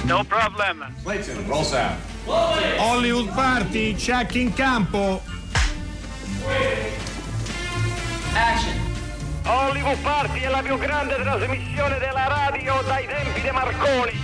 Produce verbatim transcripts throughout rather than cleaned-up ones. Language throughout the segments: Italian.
No problem. Clayton, roll sound. Hollywood Party, check in campo. Action. Hollywood Party è la più grande trasmissione della radio dai tempi di Marconi.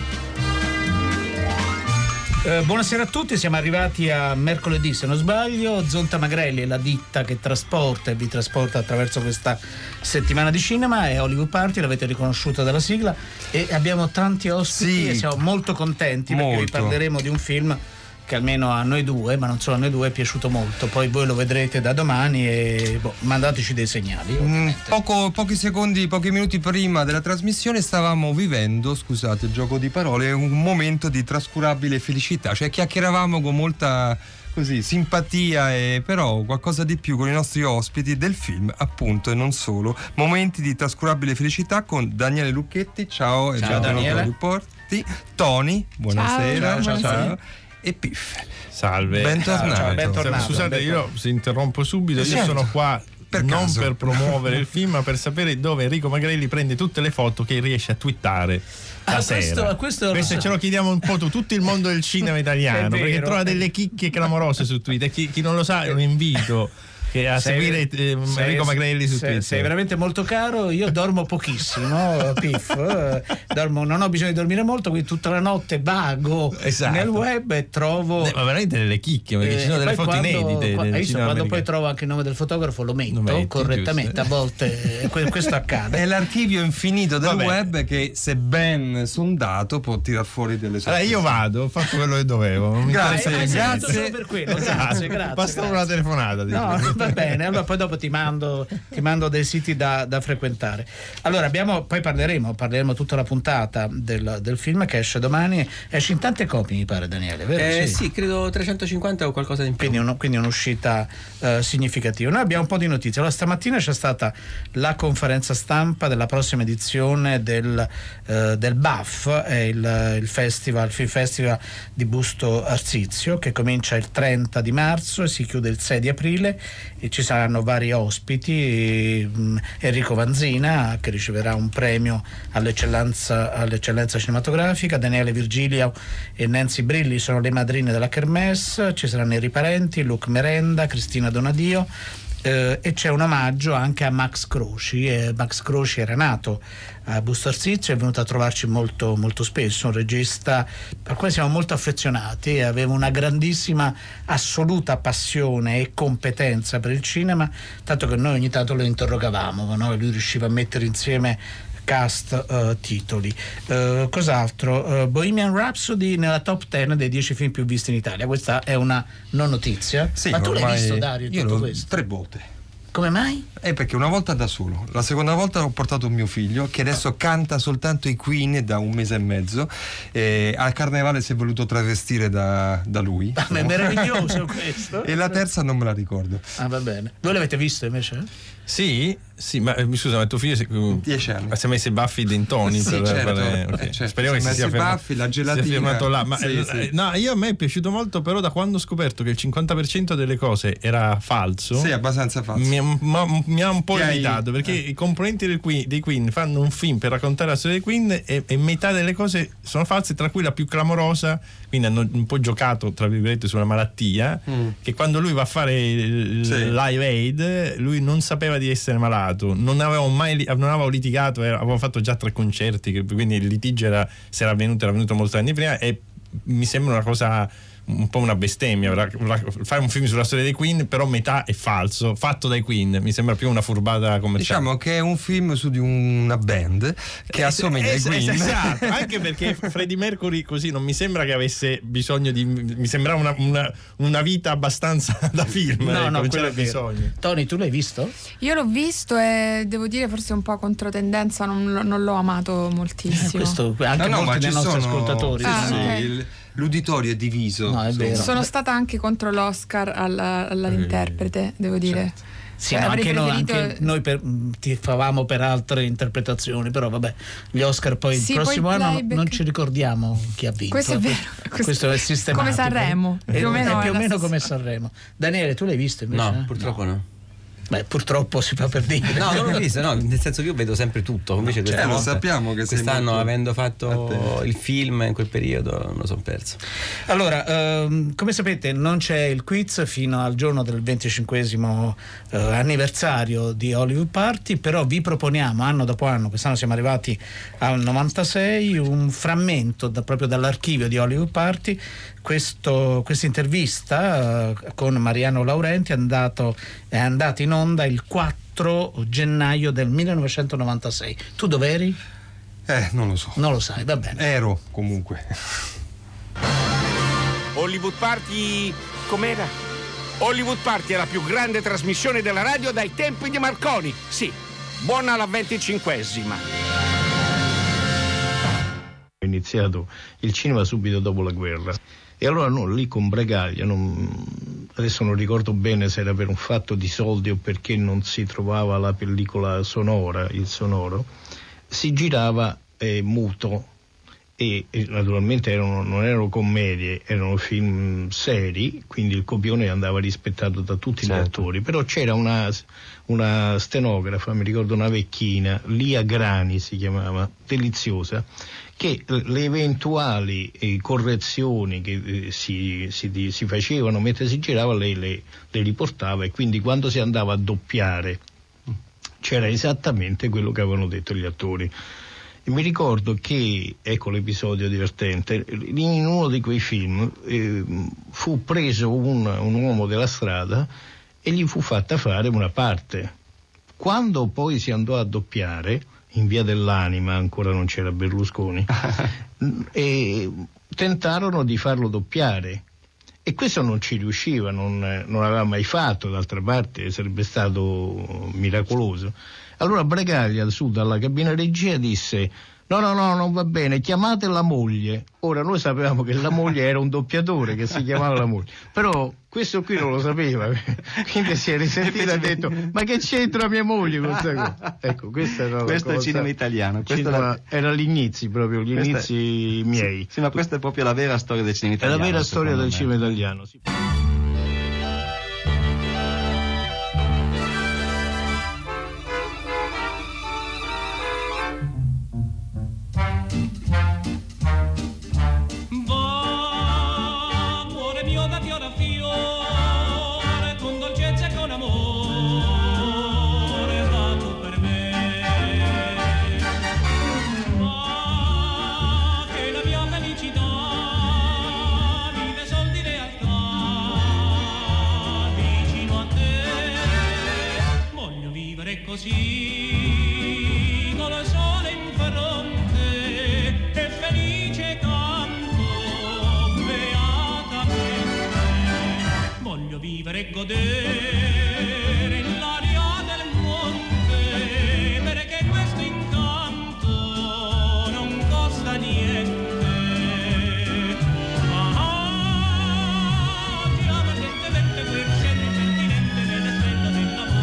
Eh, buonasera a tutti, siamo arrivati a mercoledì se non sbaglio. Zonta Magrelli è la ditta che trasporta e vi trasporta attraverso questa settimana di cinema, è Hollywood Party, l'avete riconosciuta dalla sigla e abbiamo tanti ospiti sì, e siamo molto contenti molto. perché vi parleremo di un film che almeno a noi due, ma non solo a noi due, è piaciuto molto. Poi voi lo vedrete da domani e boh, mandateci dei segnali. Mm, poco, pochi secondi, pochi minuti prima della trasmissione stavamo vivendo, scusate il gioco di parole, un momento di trascurabile felicità, cioè chiacchieravamo con molta così simpatia e però qualcosa di più con i nostri ospiti del film, appunto, e non solo. Momenti di trascurabile felicità con Daniele Lucchetti, ciao, ciao, e Daniele. Riporti, Tony, buonasera, ciao, ciao, buonasera. e Piff. Salve. Bentornato. Ciao, bentornato. Scusate, io si interrompo subito. Io Certo. sono qua Per non caso. per promuovere il film, ma per sapere dove Enrico Magrelli prende tutte le foto che riesce a twittare. Ah, la questo- sera. questo lo Questo so. ce lo chiediamo un po' tu, tutto il mondo del cinema italiano, È vero. perché trova delle chicche clamorose su Twitter. Chi, chi non lo sa è un invito che a Sei- seguire eh, sei- Enrico Magrelli su sei, Twitter. sei veramente molto caro. Io dormo pochissimo, Piff. eh, dormo, non ho bisogno di dormire molto, quindi tutta la notte vago Esatto. nel web e trovo. Eh, ma veramente delle chicche, perché eh, ci sono delle poi foto quando, inedite. qua- del hai visto, cinema quando poi americano. trovo anche il nome del fotografo lo metto Lo metti, correttamente. giusto. A volte eh, que- questo accade. È l'archivio infinito del Vabbè. web che, se ben sondato, può tirar fuori delle Allora sorprese. io vado, ho fatto quello che dovevo. Non mi Grazie, Eh, interessa esatto, niente. solo per quello. Esatto. Grazie, grazie. Bastava grazie. una telefonata. No, dico. va bene, allora poi dopo ti mando, ti mando dei siti da, da frequentare. Allora abbiamo, poi parleremo, parleremo tutta la puntata del, del film che esce domani, esce in tante copie mi pare, Daniele, vero? Eh, sì, credo trecentocinquanta o qualcosa di in più. Quindi, uno- quindi un'uscita eh, significativa. Noi abbiamo un po' di notizie. Allora, stamattina c'è stata la conferenza stampa della prossima edizione del, eh, del B A F, è il, il festival, il Film Festival di Busto Arsizio, che comincia il trenta di marzo e si chiude il sei di aprile e ci saranno vari ospiti. mh, Enrico Vanzina, che riceverà un premio all'eccellenza, all'eccellenza cinematografica, Daniele Virgilio e Nancy Brilli sono le madrine della Kermesse, ci saranno i riparenti, Luc Merenda, Cristina Donadio, eh, e c'è un omaggio anche a Max Croci. eh, Max Croci era nato a Busto Arsizio, è venuto a trovarci molto, molto spesso, un regista al quale siamo molto affezionati, aveva una grandissima assoluta passione e competenza per il cinema, tanto che noi ogni tanto lo interrogavamo, no? Lui riusciva a mettere insieme cast, uh, titoli. Uh, cos'altro? Uh, Bohemian Rhapsody nella top dieci dei dieci film più visti in Italia. Questa è una non notizia. Sì, Ma tu l'hai ormai- visto, Dario, io tutto l'ho questo? tre volte. Come mai? Eh, perché una volta da solo, la seconda volta ho portato mio figlio che adesso canta soltanto i Queen da un mese e mezzo, e al carnevale si è voluto travestire da, da lui. Ah, ma è meraviglioso questo. E la terza non me la ricordo. Ah, va bene. Voi l'avete visto invece? Sì, sì, ma eh, mi scusa, ma tuo figlio si, Dieci anni. ma si è messo i baffi dentoni Sì, per, certo. per- ok. Eh, certo. Speriamo che Si è si sia messo i fermato, baffi, la si sia gelatina. fermato là. Ma, Sì, eh, sì. no, io a me è piaciuto molto, però da quando ho scoperto che il cinquanta per cento delle cose era falso, Sì, abbastanza falso. mi, ma- mi ha un po' Ti hai- irritato, perché eh. i componenti del Queen- dei Queen fanno un film per raccontare la storia dei Queen e, e metà delle cose sono false, tra cui la più clamorosa. Quindi hanno un po' giocato, tra virgolette, sulla malattia, Mm. che quando lui va a fare il Sì. Live Aid lui non sapeva di essere malato, non avevo mai li- non avevo litigato, eh, avevo fatto già tre concerti, che- quindi il litigio era, se era avvenuto era avvenuto molti anni prima, e mi sembra una cosa un po' una bestemmia ra- ra- fare un film sulla storia dei Queen, però metà è falso, fatto dai Queen, mi sembra più una furbata commerciale. Diciamo che è un film su di una band che Eh, assomiglia ai es- Queen. es- esatto, anche perché Freddie Mercury così non mi sembra che avesse bisogno di, mi sembrava una, una, una vita abbastanza da film, No, ecco, no, non quello c'era è vero. bisogno. Tony, tu l'hai visto? Io l'ho visto e devo dire forse un po' a controtendenza, non, lo- non l'ho amato moltissimo. Questo anche No, no, ma molti dei ci nostri sono- ascoltatori. sì, Ah, sì, ok. il- l'uditorio è diviso. No, è insomma. vero. Sono stata anche contro l'Oscar alla- all'interprete, devo dire. Sì, Cioè, ma avrei anche noi, preferito- anche noi per, mh, tifavamo per altre interpretazioni, però vabbè, gli Oscar poi Sì, il prossimo poi il anno playback- non ci ricordiamo chi ha vinto. Questo è vero. Questo, è sistematico. Come Sanremo, È, più o meno è è più o la meno stessa- come Sanremo. Daniele, tu l'hai visto invece? No, purtroppo no. Beh, purtroppo si fa per dire. No, non l'ho visto, no, nel senso che io vedo sempre tutto. Invece Cioè, lo sappiamo che quest'anno, avendo fatto il film in quel periodo, me lo sono perso. Allora, ehm, come sapete, non c'è il quiz fino al giorno del venticinquesimo eh, anniversario di Hollywood Party, però vi proponiamo anno dopo anno, quest'anno siamo arrivati al novantasei, un frammento da, proprio dall'archivio di Hollywood Party. Questo, questa intervista eh, con Mariano Laurenti è, andato, è andata in onda il quattro gennaio del millenovecentonovantasei. Tu dov'eri? Eh, non lo so. Non lo sai, va bene. Ero comunque. Hollywood Party com'era? Hollywood Party è la più grande trasmissione della radio dai tempi di Marconi. Sì, buona la venticinquesima. Ho iniziato il cinema subito dopo la guerra e allora no, lì con Bragaglia, non, adesso non ricordo bene se era per un fatto di soldi o perché non si trovava la pellicola sonora, il sonoro, si girava eh, muto e, e naturalmente erano, non erano commedie, erano film seri, quindi il copione andava rispettato da tutti certo. gli attori, però c'era una, una stenografa, mi ricordo una vecchina, Lia Grani si chiamava, deliziosa, che le eventuali eh, correzioni che eh, si, si, si facevano mentre si girava lei le, le riportava, e quindi quando si andava a doppiare c'era esattamente quello che avevano detto gli attori. E mi ricordo che, ecco l'episodio divertente, in uno di quei film eh, fu preso un, un uomo della strada e gli fu fatta fare una parte. Quando poi si andò a doppiare in Via dell'Anima, ancora non c'era Berlusconi, e tentarono di farlo doppiare e questo non ci riusciva, non, non aveva mai fatto, d'altra parte sarebbe stato miracoloso. Allora Bragaglia su dalla cabina regia disse: no no no non va bene, chiamate la moglie. Ora noi sapevamo che la moglie era un doppiatore che si chiamava la moglie, però questo qui non lo sapeva, quindi si è risentito e ha detto: ma che c'entra mia moglie con questa cosa? Ecco, questa era questo cosa, è il cinema italiano, questo cinema, la... era gli inizi proprio, gli questa inizi è... miei. Sì, sì, ma questa è proprio la vera storia del cinema italiano. È la vera storia del me. cinema italiano, sì. Così, con il sole in fronte e felice canto beatamente, voglio vivere e godere l'aria del monte, perché questo incanto non costa niente. Ah, ti amo ardentemente quel cielo impertinente nelle stelle dell'amore.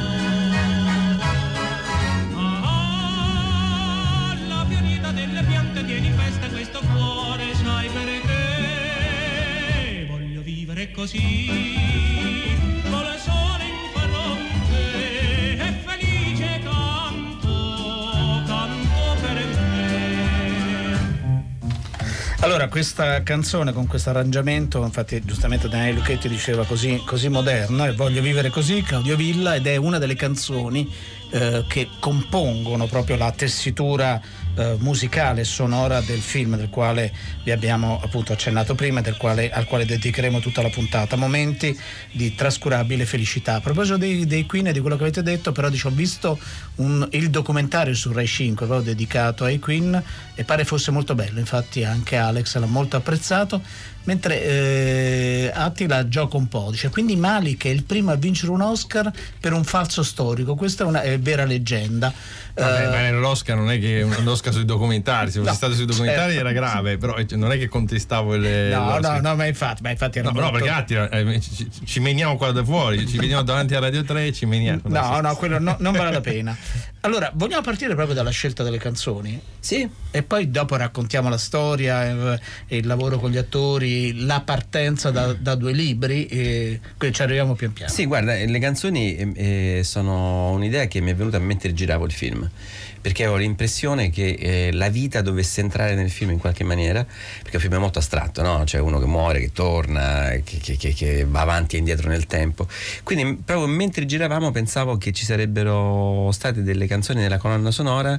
Delle piante tieni in festa questo cuore, sai perché voglio vivere così, con il sole in fronte e felice canto, canto per me. Allora, questa canzone con questo arrangiamento, infatti giustamente Daniele Lucchetti diceva così, così moderno, e voglio vivere così, Claudio Villa, ed è una delle canzoni eh, che compongono proprio la tessitura eh, musicale e sonora del film, del quale vi abbiamo appunto accennato prima, del quale, al quale dedicheremo tutta la puntata. Momenti di trascurabile felicità. A proposito dei, dei Queen e di quello che avete detto, però dice, ho visto un, il documentario su Rai cinque proprio dedicato ai Queen e pare fosse molto bello, infatti anche Alex l'ha molto apprezzato, mentre eh, Attila gioca un po', dice quindi Malik è il primo a vincere un Oscar per un falso storico, questa è una è vera leggenda. Vabbè, uh, ma l'Oscar non è che un Oscar tocca sui documentari, se fosse No, stato sui documentari certo. era grave, però eh, non è che contestavo le... No, le- no, no, ma infatti, ma infatti era No, no, molto- perché altri eh, ci, ci meniamo qua da fuori, ci vediamo davanti a Radio tre e ci meniamo. No, no, quello no- non vale la pena. Allora, vogliamo partire proprio dalla scelta delle canzoni? Sì. E poi dopo raccontiamo la storia, eh, il lavoro con gli attori, la partenza da, da due libri, e quindi ci arriviamo pian piano. Sì, guarda, le canzoni eh, eh, sono un'idea che mi è venuta mentre giravo il film, perché avevo l'impressione che eh, la vita dovesse entrare nel film in qualche maniera, perché il film è molto astratto, no? C'è uno che muore, che torna, che, che, che, che va avanti e indietro nel tempo. Quindi proprio mentre giravamo pensavo che ci sarebbero state delle canzoni nella colonna sonora,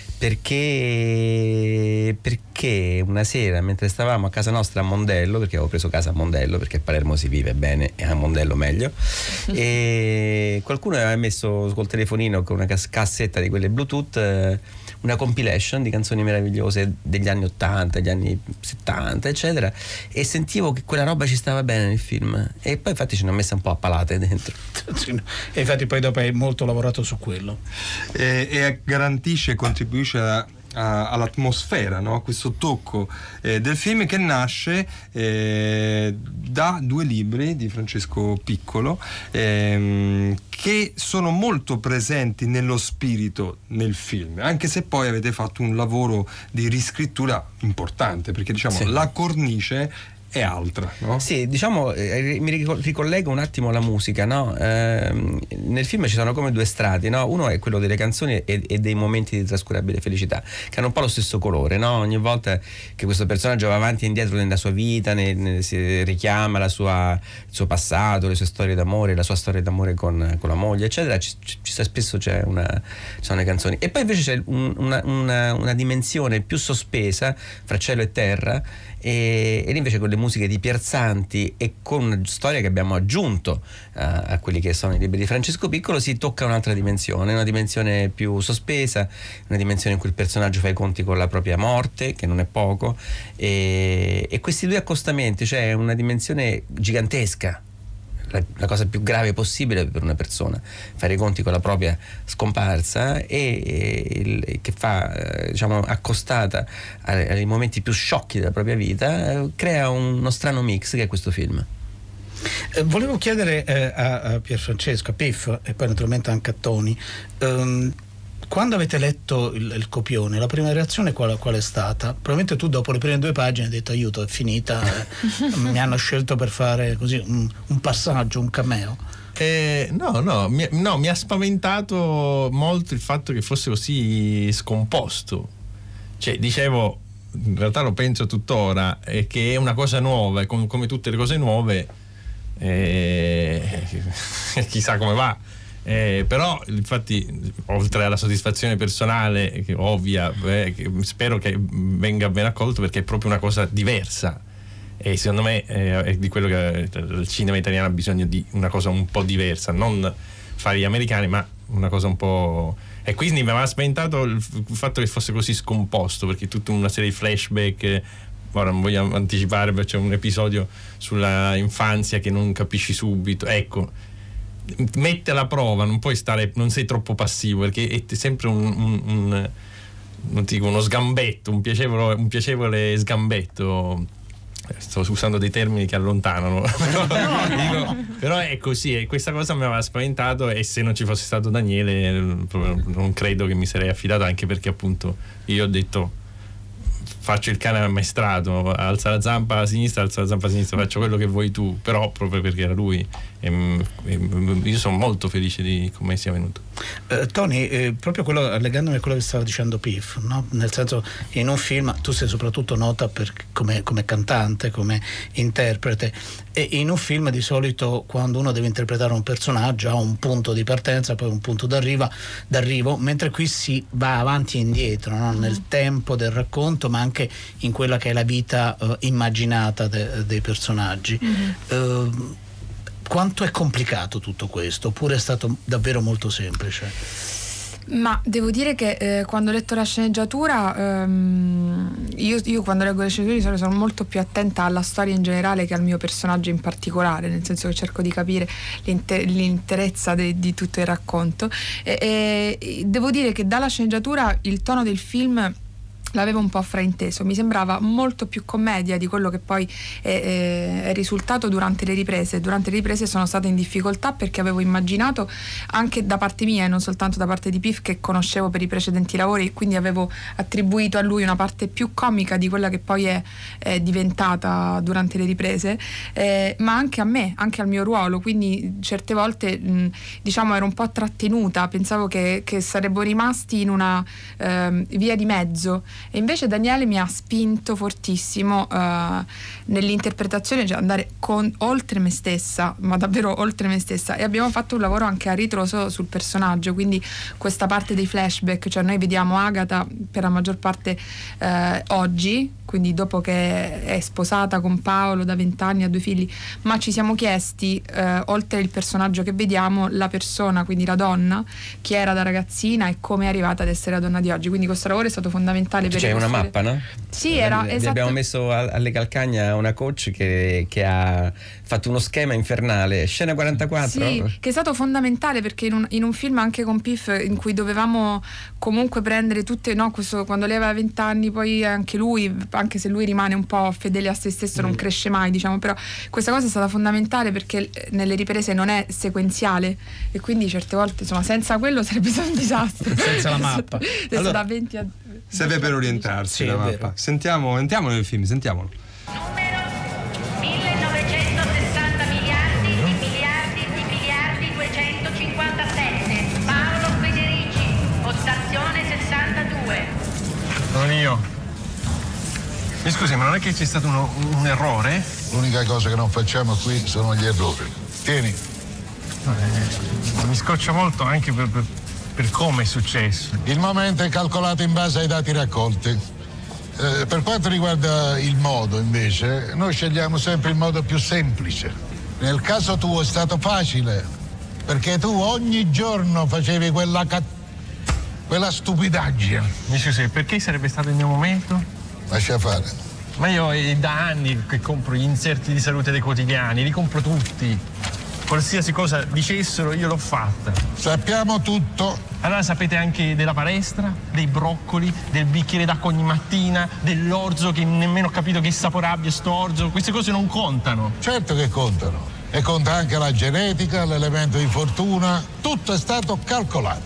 perché perché una sera mentre stavamo a casa nostra a Mondello, perché avevo preso casa a Mondello perché a Palermo si vive bene e a Mondello meglio, e qualcuno aveva messo col telefonino con una cas- cassetta di quelle Bluetooth eh, una compilation di canzoni meravigliose degli anni ottanta, degli anni settanta eccetera, e sentivo che quella roba ci stava bene nel film, e poi infatti ce ne ho messa un po' a palate dentro. E infatti poi dopo hai molto lavorato su quello. e, e garantisce e contribuisce a- a- all'atmosfera, no? A questo tocco eh, del film, che nasce eh, da due libri di Francesco Piccolo ehm, che sono molto presenti nello spirito nel film, anche se poi avete fatto un lavoro di riscrittura importante, perché diciamo Sì. la cornice è altra, no? Sì, diciamo, eh, mi rico- ricollego un attimo alla musica, no? Ehm, nel film ci sono come due strati, no? Uno è quello delle canzoni e, e dei momenti di trascurabile felicità, che hanno un po' lo stesso colore, no? Ogni volta che questo personaggio va avanti e indietro nella sua vita, ne, ne- si richiama la sua, il suo passato, le sue storie d'amore, la sua storia d'amore con, con la moglie, eccetera, ci, ci, ci sta spesso c'è una, ci sono le canzoni. E poi invece c'è un- una, una, una dimensione più sospesa fra cielo e terra, e, ed invece con le musiche di Pierzanti e con una storia che abbiamo aggiunto a, a quelli che sono i libri di Francesco Piccolo si tocca un'altra dimensione, una dimensione più sospesa, una dimensione in cui il personaggio fa i conti con la propria morte, che non è poco, e, e questi due accostamenti, cioè una dimensione gigantesca, la, la cosa più grave possibile per una persona, fare i conti con la propria scomparsa, e, e il- che fa eh, diciamo accostata ai, ai momenti più sciocchi della propria vita, eh, crea un- uno strano mix che è questo film. Eh, volevo chiedere eh, a, a Pierfrancesco, a Piff, e poi naturalmente anche a Tony, ehm, quando avete letto il, il copione, la prima reazione qual, qual è stata? Probabilmente tu dopo le prime due pagine hai detto aiuto, è finita, eh, mi hanno scelto per fare così un, un passaggio, un cameo. Eh, no, no mi, no, mi ha spaventato molto il fatto che fosse così scomposto. Cioè, dicevo, in realtà lo penso tuttora, è che è una cosa nuova, e com- come tutte le cose nuove, eh, chissà come va. Eh, però infatti, oltre alla soddisfazione personale che ovvia, eh, che spero che venga ben accolto, perché è proprio una cosa diversa, e secondo me eh, è di quello che il cinema italiano ha bisogno, di una cosa un po' diversa, non fare gli americani, ma una cosa un po'. E quindi mi aveva spaventato il, f- il fatto che fosse così scomposto, perché tutta una serie di flashback, eh, ora non voglio anticipare, perché c'è un episodio sulla infanzia che non capisci subito, ecco, mette alla prova, non puoi stare, non sei troppo passivo, perché è sempre un, un, un non dico uno sgambetto, un piacevole, un piacevole sgambetto. Sto usando dei termini che allontanano, però, dico, però è così, e questa cosa mi aveva spaventato, e se non ci fosse stato Daniele non credo che mi sarei affidato, anche perché appunto io ho detto faccio il cane ammaestrato, alza la zampa a sinistra, alza la zampa a sinistra, faccio quello che vuoi tu, però proprio perché era lui, e, e, io sono molto felice di come sia venuto. Eh, Tony, eh, proprio quello, legandomi a quello che stava dicendo Piff, no? Nel senso, in un film tu sei soprattutto nota per, come, come cantante, come interprete, e in un film di solito quando uno deve interpretare un personaggio ha un punto di partenza, poi un punto d'arrivo, d'arrivo mentre qui si va avanti e indietro, no? Nel tempo del racconto, ma anche in quella che è la vita eh, immaginata de, dei personaggi. Mm-hmm. Eh, quanto è complicato tutto questo, oppure è stato davvero molto semplice? Ma devo dire che eh, quando ho letto la sceneggiatura, ehm, io, io quando leggo le sceneggiature sono molto più attenta alla storia in generale che al mio personaggio in particolare, nel senso che cerco di capire l'inter- l'interezza de- di tutto il racconto, e, e devo dire che dalla sceneggiatura il tono del film l'avevo un po' frainteso, mi sembrava molto più commedia di quello che poi è, è risultato durante le riprese. Durante le riprese sono stata in difficoltà perché avevo immaginato, anche da parte mia e non soltanto da parte di Piff, che conoscevo per i precedenti lavori, e quindi avevo attribuito a lui una parte più comica di quella che poi è, è diventata durante le riprese, eh, ma anche a me, anche al mio ruolo, quindi certe volte mh, diciamo ero un po' trattenuta, pensavo che, che sarebbero rimasti in una eh, via di mezzo. E invece Daniele mi ha spinto fortissimo uh, nell'interpretazione, cioè andare con, oltre me stessa, ma davvero oltre me stessa, e abbiamo fatto un lavoro anche a ritroso sul personaggio, quindi questa parte dei flashback, cioè noi vediamo Agata per la maggior parte uh, oggi, quindi dopo che è sposata con Paolo da vent'anni, ha due figli, ma ci siamo chiesti, uh, oltre il personaggio che vediamo, la persona, quindi la donna, chi era da ragazzina e come è arrivata ad essere la donna di oggi. Quindi questo lavoro è stato fondamentale per c'è una mappa, no? Sì, era esatto. esatto. Abbiamo messo alle Calcagna una coach che, che ha fatto uno schema infernale, scena quarantaquattro. Sì, che è stato fondamentale perché in un, in un film anche con Piff, in cui dovevamo comunque prendere tutte, no, questo, quando lei aveva vent'anni, poi anche lui, anche se lui rimane un po' fedele a se stesso, mm. non cresce mai, diciamo, però questa cosa è stata fondamentale perché nelle riprese non è sequenziale e quindi certe volte, insomma, senza quello sarebbe stato un disastro. Senza la mappa. Allora, da venti a serve per orientarsi, sì, la mappa. Sentiamo, entriamo nel film, sentiamolo. Numero millenovecentosessanta miliardi di miliardi di miliardi duecentocinquantasette. Paolo Federici, postazione sessantadue. Non io. Mi scusi, ma non è che c'è stato uno, un errore? L'unica cosa che non facciamo qui sono gli errori. Tieni. Eh, mi scoccia molto anche per, per, per come è successo. Il momento è calcolato in base ai dati raccolti. Eh, per quanto riguarda il modo, invece, noi scegliamo sempre il modo più semplice. Nel caso tuo è stato facile, perché tu ogni giorno facevi quella cat... quella stupidaggine. Mi scusi, perché sarebbe stato il mio momento? Lascia fare. Ma io è da anni che compro gli inserti di salute dei quotidiani, li compro tutti. Qualsiasi cosa dicessero io l'ho fatta. Sappiamo tutto. Allora sapete anche della palestra, dei broccoli, del bicchiere d'acqua ogni mattina, dell'orzo che nemmeno ho capito che sapore abbia sto orzo. Queste cose non contano. Certo che contano. E conta anche la genetica, l'elemento di fortuna. Tutto è stato calcolato.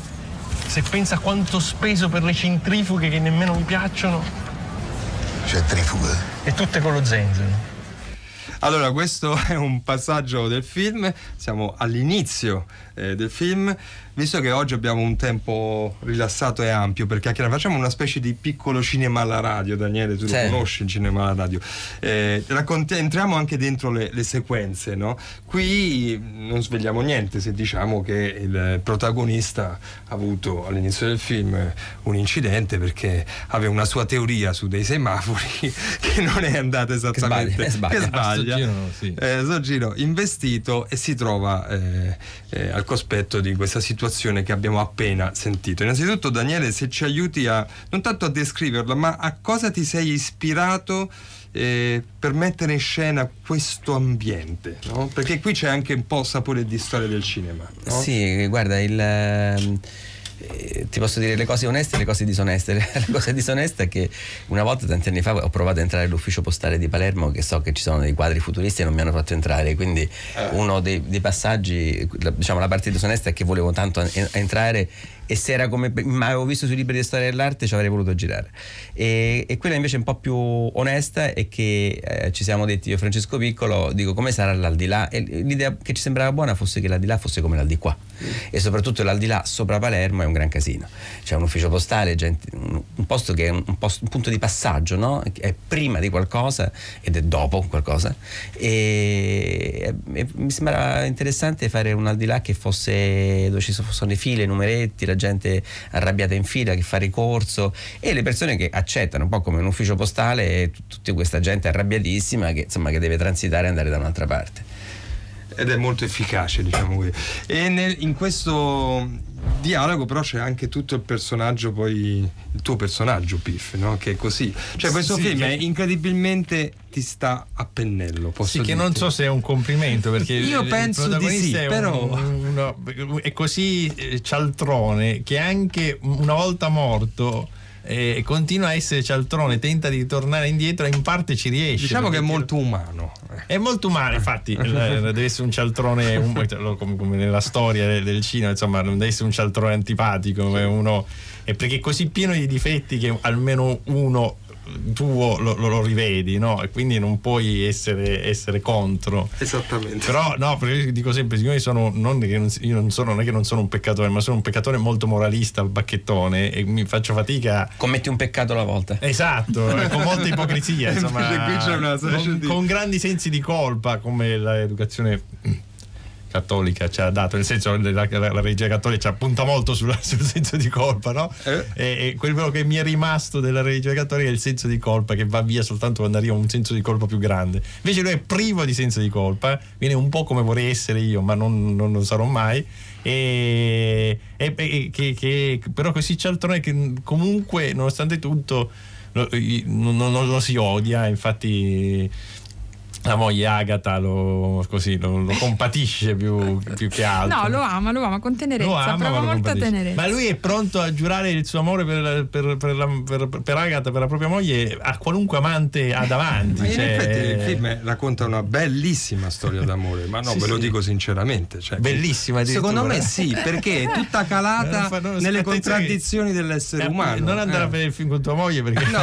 Se pensa quanto ho speso per le centrifughe che nemmeno mi piacciono. Centrifughe? E tutte con lo zenzero. Allora, questo è un passaggio del film, siamo all'inizio eh, del film, visto che oggi abbiamo un tempo rilassato e ampio per chiacchierare, facciamo una specie di piccolo cinema alla radio. Daniele, tu sì. Lo conosci il cinema alla radio, eh, racconti- entriamo anche dentro le, le sequenze, no? Qui non svegliamo niente se diciamo che il protagonista ha avuto all'inizio del film un incidente perché aveva una sua teoria su dei semafori che non è andata esattamente, che sbaglia, che sbaglia. Giro, sì. eh, sto giro investito e si trova eh, eh, al cospetto di questa situazione che abbiamo appena sentito. Innanzitutto, Daniele, se ci aiuti a non tanto a descriverla, ma a cosa ti sei ispirato eh, per mettere in scena questo ambiente, no? Perché qui c'è anche un po' sapore di storia del cinema, no? Sì, guarda, il eh, ti posso dire le cose oneste e le cose disoneste. La cosa disonesta è che una volta, tanti anni fa, ho provato ad entrare all'ufficio postale di Palermo, che so che ci sono dei quadri futuristi e non mi hanno fatto entrare, quindi eh. uno dei, dei passaggi, diciamo la parte disonesta è che volevo tanto entrare e se era come ma avevo visto sui libri di storia dell'arte ci avrei voluto girare, e, e quella invece un po' più onesta è che eh, ci siamo detti io e Francesco Piccolo, dico come sarà l'aldilà, e l'idea che ci sembrava buona fosse che l'aldilà fosse come l'aldilà mm. e soprattutto l'aldilà sopra Palermo è un gran casino, c'è un ufficio postale, gente, un, un posto che è un, un, posto, un punto di passaggio, no? È prima di qualcosa ed è dopo qualcosa, e, e mi sembrava interessante fare un aldilà che fosse dove ci fossero le file, i numeretti, la gente arrabbiata in fila che fa ricorso e le persone che accettano, un po' come un ufficio postale, e t- tutta questa gente arrabbiatissima che insomma che deve transitare e andare da un'altra parte. Ed è molto efficace, diciamo così. E nel, in questo dialogo però c'è anche tutto il personaggio, poi il tuo personaggio Piff, no? Che è così, cioè questo sì, film che... è incredibilmente ti sta a pennello, posso sì, dirti. Che non so se è un complimento, perché io il, penso il di sì, è però un, uno, è così cialtrone che anche una volta morto e continua a essere cialtrone, tenta di tornare indietro e in parte ci riesce. Diciamo che è molto umano. È molto umano, infatti deve essere un cialtrone un, come, come nella storia del cinema, insomma, non deve essere un cialtrone antipatico, come uno, è perché è così pieno di difetti che almeno uno tuo lo, lo, lo rivedi, no? E quindi non puoi essere, essere contro. Esattamente. Però no, perché io dico sempre, siccome io sono non che non, io non sono non è che non sono un peccatore, ma sono un peccatore molto moralista al bacchettone e mi faccio fatica. Commetti un peccato alla volta. Esatto, con molta ipocrisia, insomma, qui c'è una con, di... con grandi sensi di colpa, come l'educazione cattolica ci ha dato, nel senso la, la, la religione cattolica ci punta molto sulla, sul senso di colpa, no? Eh? E, e quello che mi è rimasto della religione cattolica è il senso di colpa, che va via soltanto quando arriva un senso di colpa più grande. Invece lui è privo di senso di colpa, viene un po' come vorrei essere io, ma non, non lo sarò mai. E, e, e che, che però così cialtrone che comunque nonostante tutto lo, non, non, non lo si odia, infatti la moglie Agata lo, così, lo, lo compatisce più, più che altro. No, lo ama, lo ama con tenerezza, lo ama, prova molta tenerezza. Ma lui è pronto a giurare il suo amore per, per, per, la, per, per Agata, per la propria moglie, a qualunque amante ha davanti. Ma cioè... in effetti il film racconta una bellissima storia d'amore, ma no, sì, ve lo sì. dico sinceramente. Cioè, bellissima, secondo me sì, perché è tutta calata non, non, nelle contraddizioni che... dell'essere eh, umano. Non andare eh. a vedere il film con tua moglie perché no,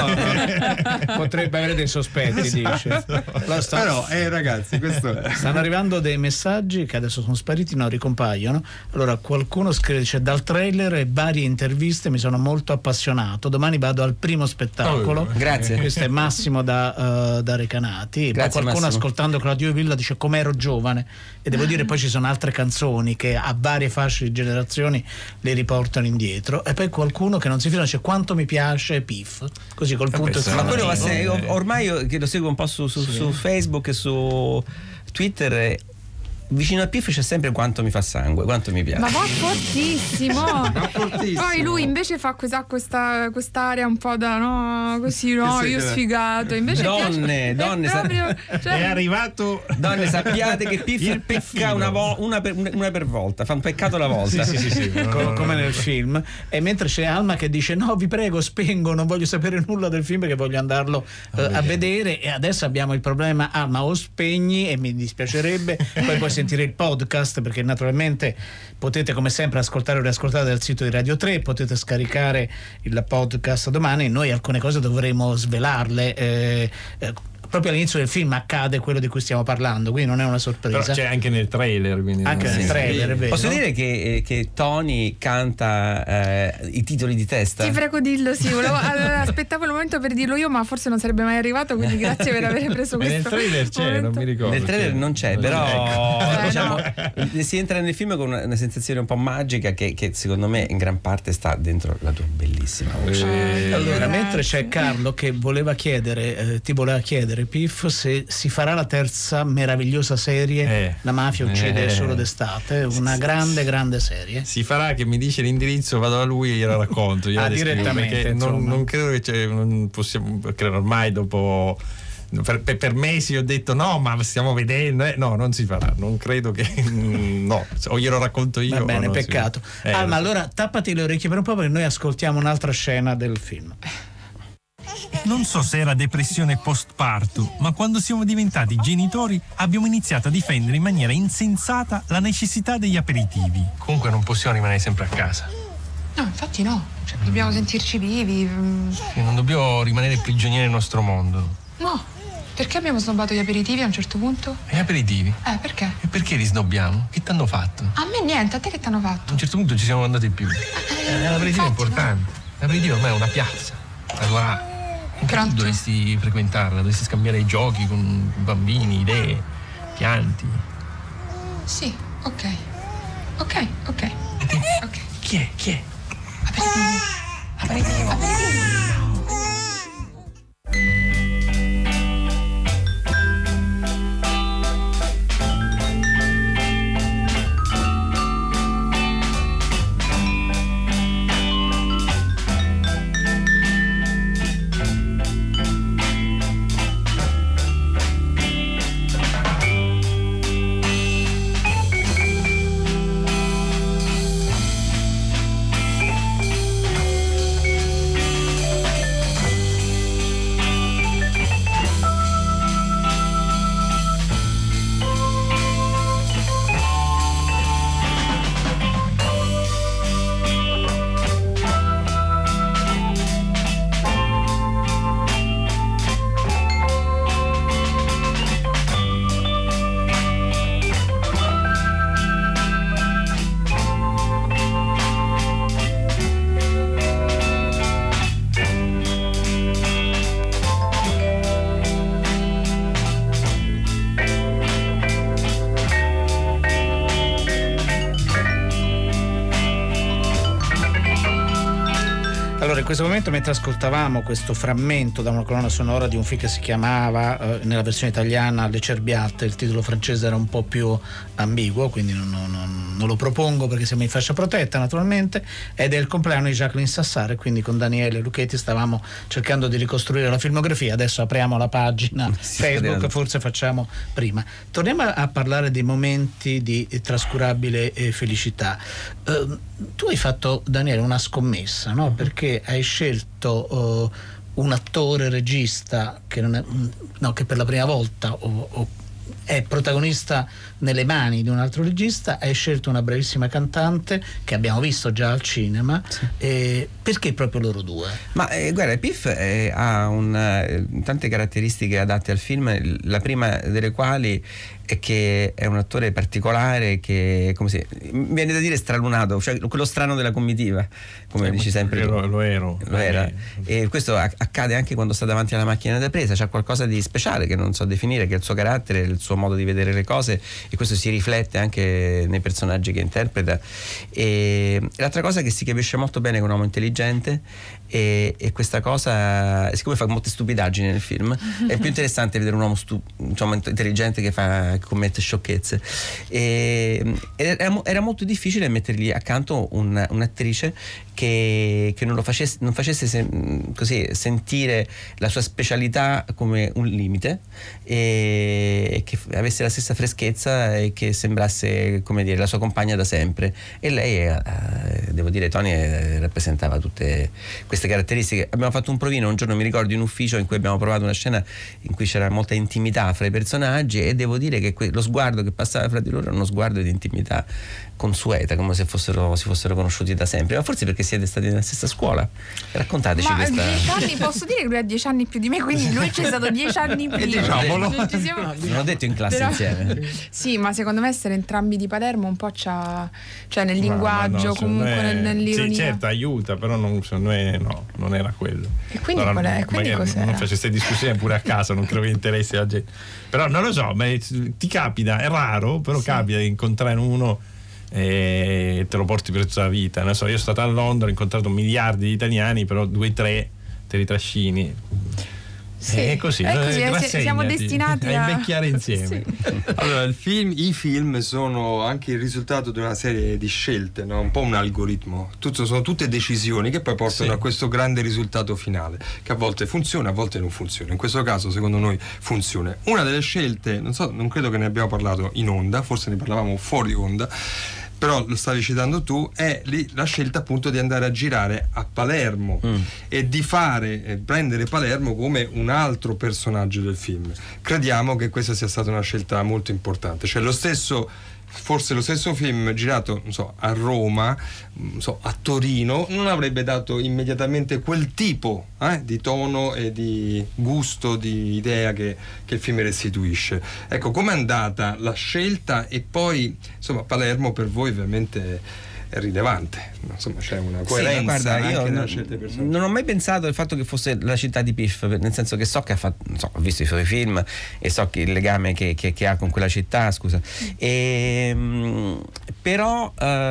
no. potrebbe avere dei sospetti, esatto. dice. Però eh, ragazzi, questo è... stanno arrivando dei messaggi che adesso sono spariti, non ricompaiono. Allora qualcuno scrive, dice: dal trailer e varie interviste mi sono molto appassionato, domani vado al primo spettacolo. Oh, grazie. Questo è Massimo da, uh, da Recanati. Grazie, poi qualcuno Massimo. Ascoltando Claudio Villa dice: com'ero giovane. E devo dire poi ci sono altre canzoni che a varie fasce di generazioni le riportano indietro. E poi qualcuno che non si fida dice: quanto mi piace Piff, così col punto Ma quello va esclamativo. se- ormai io che lo seguo un po' su, su, Sì. su Facebook e su Twitter, eh, vicino a Piff c'è sempre quanto mi fa sangue, quanto mi piace. Ma va fortissimo. Va fortissimo. Poi lui invece fa questa, questa quest'area un po' da no, così no, Sì, io sì. sfigato. Invece Donne, piace, donne, è, sa- proprio, cioè, è arrivato. Donne, sappiate che Piff Il pecca piffino. una, vo- una, per, una per volta, fa un peccato alla volta. Sì, sì, sì, sì. No, Co- no, no, come no. nel film. E mentre c'è Alma che dice: no, vi prego, spengo, non voglio sapere nulla del film perché voglio andarlo eh, a vedere. E adesso abbiamo il problema: Alma, o spegni, e mi dispiacerebbe, poi puoi sentire il podcast, perché naturalmente potete come sempre ascoltare o riascoltare dal sito di Radio tre, potete scaricare il podcast domani. Noi alcune cose dovremo svelarle. eh, eh, proprio all'inizio del film accade quello di cui stiamo parlando, quindi non è una sorpresa. Però c'è anche nel trailer, quindi Anche non- nel sì. trailer, è vero. Posso dire che, che Tony canta eh, i titoli di testa? Ti prego dillo, sì, volevo, allora, aspettavo il momento per dirlo io, ma forse non sarebbe mai arrivato, quindi grazie per aver preso Ma questo nel trailer c'è, momento. non mi ricordo. Nel trailer non c'è, però Ecco. diciamo, si entra nel film con una, una sensazione un po' magica che, che secondo me in gran parte sta dentro la tua bellissima voce. Eh, Allora, Grazie. mentre c'è Carlo che voleva chiedere, eh, ti voleva chiedere, Piff, se si farà la terza meravigliosa serie Eh. La mafia uccide Eh. solo d'estate, una Sì, grande grande serie. si farà che mi dice l'indirizzo, vado da lui e gliela racconto. gliela Ah, descrivo, direttamente, perché non, insomma. non credo che c'è, non possiamo, credo ormai dopo per, per, per mesi ho detto no, ma stiamo vedendo, eh. No, non si farà, non credo che no, o glielo racconto io. Va o bene, non si- peccato. Eh, Alma, lo so. allora tappati le orecchie per un po' perché noi ascoltiamo un'altra scena del film. Non so se era depressione post-parto, ma quando siamo diventati genitori abbiamo iniziato a difendere in maniera insensata la necessità degli aperitivi. Comunque non possiamo rimanere sempre a casa. No, infatti no, cioè, dobbiamo sentirci vivi. mm. E non dobbiamo rimanere prigionieri del nostro mondo. No, perché abbiamo snobbato gli aperitivi a un certo punto? E aperitivi? Eh, perché? E perché li snobbiamo? Che t'hanno fatto? A me niente, a te che t'hanno A fatto? un certo punto ci siamo andati più. Eh, l'aperitivo è infatti, importante. L'aperitivo ormai è una piazza. Allora, anche tu Pronto? dovresti frequentarla, dovresti scambiare i giochi con bambini, idee, pianti. Sì, ok. Ok, ok. Ok. Chi è? Chi è? Aperitivo. Aperitivo. questo momento, mentre ascoltavamo questo frammento da una colonna sonora di un film che si chiamava, eh, nella versione italiana, Le Cerbiatte, il titolo francese era un po' più ambiguo, quindi non, non, non lo propongo perché siamo in fascia protetta naturalmente, ed è il compleanno di Jacqueline Sassare, quindi con Daniele Lucchetti stavamo cercando di ricostruire la filmografia. Adesso apriamo la pagina Sì, Facebook, sì. forse facciamo prima. Torniamo a parlare dei momenti di trascurabile eh, felicità. Eh, tu hai fatto, Daniele, una scommessa, no? Perché hai scelto uh, un attore regista che, non è, no, che per la prima volta o, o è protagonista nelle mani di un altro regista, hai scelto una bravissima cantante che abbiamo visto già al cinema. Sì. Eh, perché proprio loro due? Ma eh, guarda, Piff eh, ha un, eh, tante caratteristiche adatte al film, la prima delle quali è che è un attore particolare che, come si viene da dire, stralunato, cioè quello strano della comitiva, come eh, dici sempre tu. Lo, lo ero. Lo era. E questo accade anche quando sta davanti alla macchina da presa, c'è qualcosa di speciale che non so definire, che è il suo carattere, il suo modo di vedere le cose, e questo si riflette anche nei personaggi che interpreta. E l'altra cosa è che si capisce molto bene che è un uomo intelligente, e, e questa cosa, siccome fa molte stupidaggini nel film, è più interessante vedere un uomo stu- insomma, intelligente che fa che commette sciocchezze. E, era, era molto difficile mettergli accanto un, un'attrice che, che non lo facesse, non facesse sen, così, sentire la sua specialità come un limite, e, e che avesse la stessa freschezza e che sembrasse, come dire, la sua compagna da sempre. E lei, eh, devo dire, Tony eh, rappresentava tutte queste caratteristiche. Abbiamo fatto un provino un giorno, mi ricordo, in ufficio, in cui abbiamo provato una scena in cui c'era molta intimità fra i personaggi, e devo dire che que- lo sguardo che passava fra di loro era uno sguardo di intimità consueta, come se fossero, si fossero conosciuti da sempre. Ma forse perché siete stati nella stessa scuola? Raccontateci. Ma questa. dieci anni, posso dire che lui ha dieci anni più di me, quindi lui c'è stato dieci anni prima. Diciamolo. Cioè, ci siamo... Non ho detto in classe Però... insieme. Sì, ma secondo me essere entrambi di Palermo un po' c'ha, cioè nel linguaggio, no, no, comunque me... nel, nell'ironia. Sì, certo, aiuta, però non, secondo me no, non era quello. E quindi allora, qual è? Quindi cos'era? Non faceste discussioni pure a casa, non credo che interessi la gente. Però non lo so, ma ti capita, è raro, però sì. Capita di incontrare uno e te lo porti per tutta la vita. Non so, io sono stato a Londra, ho incontrato miliardi di italiani, però due o tre te li trascini. Sì, è così, è così eh, siamo destinati a a invecchiare insieme. Sì. Allora, il film, i film sono anche il risultato di una serie di scelte, no? Un po' un algoritmo. Tutto, sono tutte decisioni che poi portano sì. a questo grande risultato finale, che a volte funziona, a volte non funziona. In questo caso, secondo noi, funziona. Una delle scelte, non so, non credo che ne abbiamo parlato in onda, forse ne parlavamo fuori onda, però lo stavi citando tu, è lì la scelta appunto di andare a girare a Palermo mm. e di fare eh, prendere Palermo come un altro personaggio del film. Crediamo che questa sia stata una scelta molto importante, cioè lo stesso, forse lo stesso film girato, non so, a Roma, non so, a Torino, non avrebbe dato immediatamente quel tipo eh, di tono e di gusto, di idea che, che il film restituisce. Ecco, com'è andata la scelta? E poi, insomma, Palermo per voi ovviamente è rilevante, insomma c'è una coerenza. Sì, guarda, anche io nella non, scelta di personaggi. Non ho mai pensato al fatto che fosse la città di Piff, nel senso che so che ha fatto, non so, ho visto i suoi film e so che il legame che, che, che ha con quella città, scusa, e, però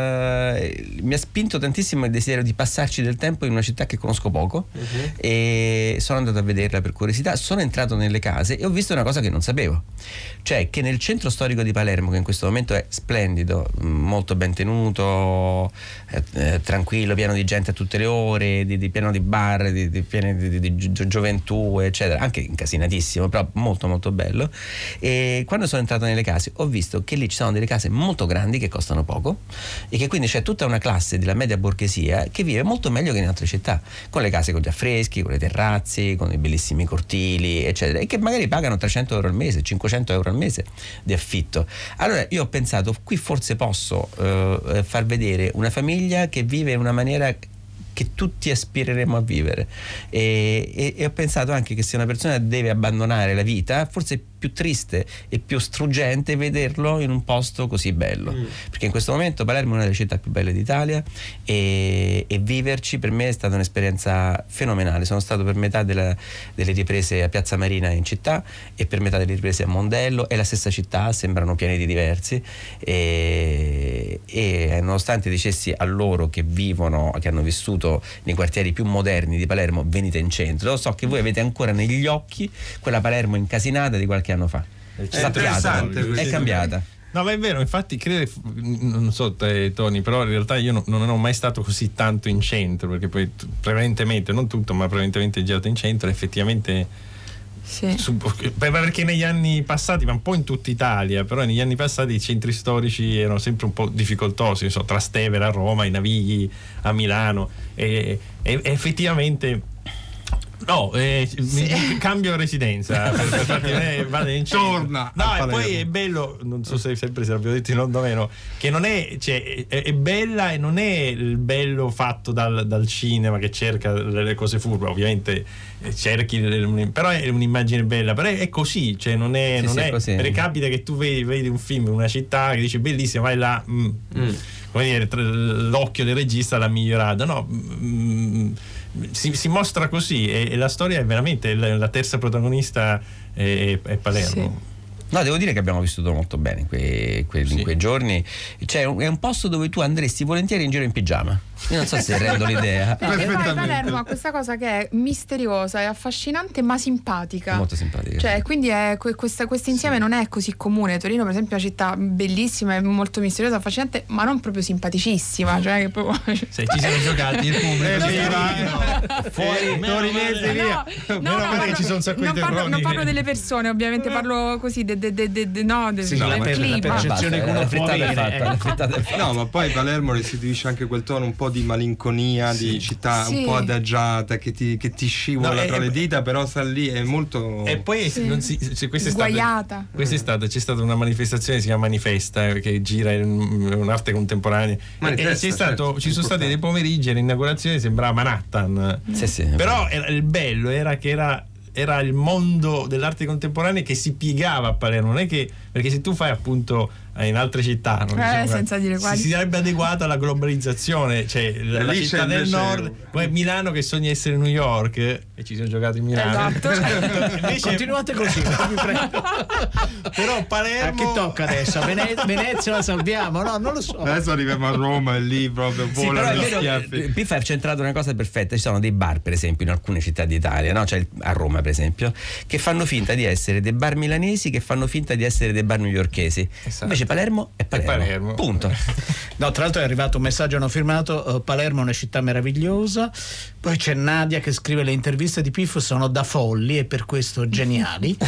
eh, mi ha spinto tantissimo il desiderio di passarci del tempo in una città che conosco poco, uh-huh. e sono andato a vederla per curiosità, sono entrato nelle case e ho visto una cosa che non sapevo, cioè che nel centro storico di Palermo, che in questo momento è splendido, molto ben tenuto, Eh, eh, tranquillo, pieno di gente a tutte le ore, di, di pieno di bar, di, di, pieno di, di, di gio- gioventù, eccetera, anche incasinatissimo, però molto molto bello. E quando sono entrato nelle case ho visto che lì ci sono delle case molto grandi che costano poco, e che quindi c'è tutta una classe della media borghesia che vive molto meglio che in altre città, con le case con gli affreschi, con le terrazze, con i bellissimi cortili, eccetera, e che magari pagano trecento euro al mese, cinquecento euro al mese di affitto. Allora io ho pensato, qui forse posso eh, far vedere una famiglia che vive in una maniera che tutti aspireremo a vivere, e, e, e ho pensato anche che se una persona deve abbandonare la vita, forse più triste e più struggente vederlo in un posto così bello, mm. perché in questo momento Palermo è una delle città più belle d'Italia e, e viverci per me è stata un'esperienza fenomenale. Sono stato per metà della, delle riprese a Piazza Marina in città e per metà delle riprese a Mondello, è la stessa città, sembrano pianeti diversi e, e nonostante dicessi a loro che vivono, che hanno vissuto nei quartieri più moderni di Palermo, venite in centro, lo so che voi avete ancora negli occhi quella Palermo incasinata di qualche anno fa. È cambiata, è cambiata. No, ma è vero, infatti credo, non so te Tony, però in realtà io non, non ho mai stato così tanto in centro, perché poi prevalentemente, non tutto, ma prevalentemente girato in centro, effettivamente sì. Su, perché negli anni passati, ma un po' in tutta Italia, però negli anni passati i centri storici erano sempre un po' difficoltosi, non so, Trastevere a Roma, i Navigli a Milano e, e, e effettivamente no, eh, sì. mi, cambio residenza per, per farti, eh, vado in torna no e poi è bello, non so se sempre se l'abbiamo detto in onda o meno, che non è, cioè, è, è bella e non è il bello fatto dal, dal cinema che cerca le, le cose furbe, ovviamente cerchi le, però è un'immagine bella, però è, è così, cioè non è, sì, non sì, è così. Perché capita che tu vedi, vedi un film in una città che dici bellissima, vai là mm, mm. come dire, l'occhio del regista l'ha migliorato, no mm, Si, si mostra così e, e la storia è veramente la, la terza protagonista è, è Palermo. Sì. No, devo dire che abbiamo vissuto molto bene in quei, quei, sì. in quei giorni. Cioè, è un posto dove tu andresti volentieri in giro in pigiama. Io non so se rendo l'idea. E poi Palermo ha questa cosa che è misteriosa, è affascinante ma simpatica. È molto simpatica. Cioè, quindi è, questo insieme sì. non è così comune. Torino, per esempio, è una città bellissima, è molto misteriosa, affascinante, ma non proprio simpaticissima. Cioè, che proprio... Se ci siamo giocati il pubblico. Eh, no. Fuori, torinese via. No, no, no, che ci sono un sacco non di parlo, non parlo delle persone, ovviamente, parlo così de, de, de, de, de, no, del sì, la, per, la percezione che uno può avere. No, ma poi Palermo restituisce anche quel tono un po' di malinconia, sì. di città sì. un po' adagiata che ti, che ti scivola no, tra è, le dita, però sta lì, è molto e poi sì. non si, cioè, sguaiata. Quest'estate c'è stata una manifestazione che si chiama Manifesta, che gira in un'arte contemporanea e c'è stato, ci sono stati dei pomeriggi all'inaugurazione, sembrava Manhattan, sì, sì. però era, il bello era che era era il mondo dell'arte contemporanea che si piegava a Palermo, non è che, perché se tu fai appunto in altre città non eh, diciamo, senza dire quali, si sarebbe adeguato alla globalizzazione, cioè la, la città del nord, poi Milano che sogna essere New York e ci sono giocati in Milano, esatto. Invece, continuate così, vi prego. Però Palermo a chi tocca adesso? Vene- Venezia la salviamo? No, non lo so, adesso arriviamo a Roma e lì proprio sì, però è vero, Piffa ha centrato una cosa perfetta. Ci sono dei bar per esempio in alcune città d'Italia, no? Cioè a Roma per esempio, che fanno finta di essere dei bar milanesi, che fanno finta di essere dei bar newyorkesi, esatto. Invece Palermo è Palermo, è Palermo. Punto. No, tra l'altro è arrivato un messaggio non firmato, uh, Palermo è una città meravigliosa. Poi c'è Nadia che scrive: le interviste di Piff sono da folli e per questo geniali.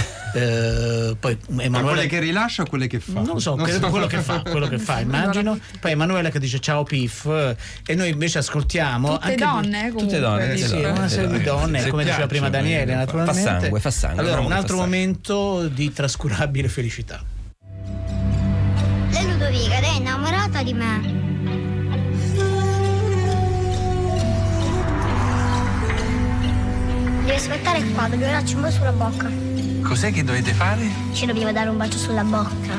uh, poi Emanuele, ma quelle che rilascia o quelle che fa? Non lo so, non quello, so. quello che fa, quello che fa immagino. Poi Emanuele che dice ciao Piff, e noi invece ascoltiamo tutte anche donne, comunque, tutte donne, sì, donne, una serie di donne, come diceva prima Daniele, naturalmente. Fa sangue, fa sangue. Allora, un altro momento di trascurabile felicità. Lei Ludovica, lei è innamorata di me. Devi aspettare qua, dobbiamo darci un bacio sulla bocca. Cos'è che dovete fare? Ci dobbiamo dare un bacio sulla bocca.